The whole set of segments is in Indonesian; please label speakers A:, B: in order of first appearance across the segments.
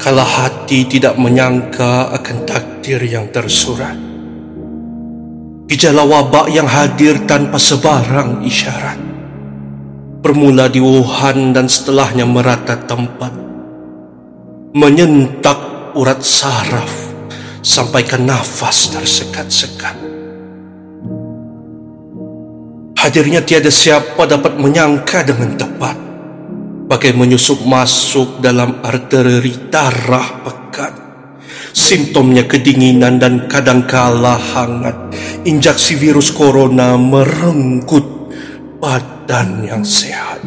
A: kala hati tidak menyangka akan takdir yang tersurat. Gejala wabak yang hadir tanpa sebarang isyarat, bermula di Wuhan dan setelahnya merata tempat, menyentak urat saraf sampaikan nafas tersekat-sekat. Hadirnya tiada siapa dapat menyangka dengan tepat, bagai menyusup masuk dalam arteri darah pekat. Simptomnya kedinginan dan kadangkala hangat. Injeksi virus corona merenggut badan yang sehat.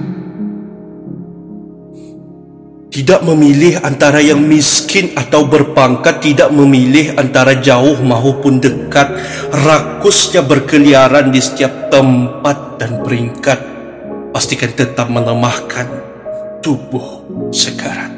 A: Tidak memilih antara yang miskin atau berpangkat, tidak memilih antara jauh maupun dekat. Rakusnya berkeliaran di setiap tempat dan peringkat, pastikan tetap melemahkan tubuh sekarat.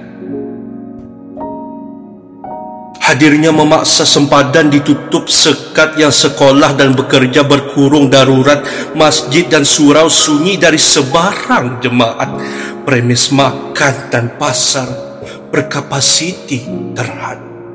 A: Hadirnya memaksa sempadan ditutup sekat, yang sekolah dan bekerja berkurung darurat. Masjid dan surau sunyi dari sebarang jemaat. Premis makan dan pasar berkapasiti terhad.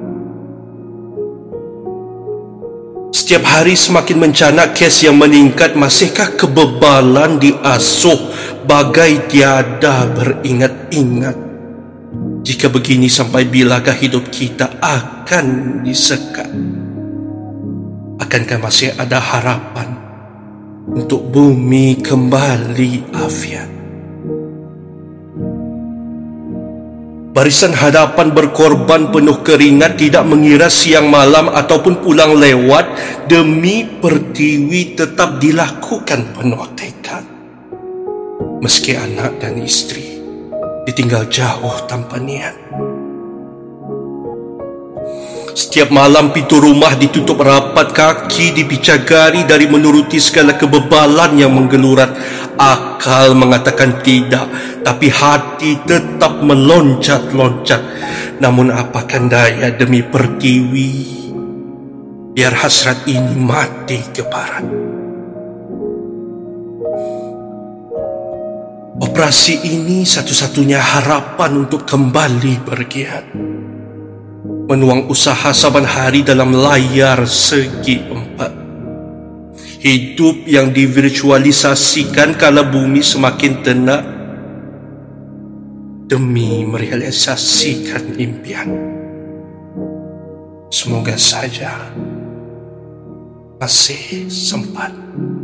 A: Setiap hari semakin mencanak kes yang meningkat. Masihkah kebebalan diasuh bagai tiada beringat-ingat? Jika begini, sampai bilakah hidup kita akan disekat? Akankah masih ada harapan untuk bumi kembali afiat? Barisan hadapan berkorban penuh keringat, tidak mengira siang malam ataupun pulang lewat. Demi pertiwi tetap dilakukan penuh tekad. Meski anak dan istri ditinggal jauh tanpa niat. Setiap malam pintu rumah ditutup rapat, kaki dipicagari dari menuruti segala kebebalan yang menggelurat. Akal mengatakan tidak, tapi hati tetap meloncat-loncat. Namun apakan daya, demi pertiwi, biar hasrat ini mati keparat. Operasi ini satu-satunya harapan untuk kembali bergiat, menuang usaha saban hari dalam layar segi empat. Hidup yang divirtualisasikan kala bumi semakin tenang, demi merealisasikan impian. Semoga saja masih sempat.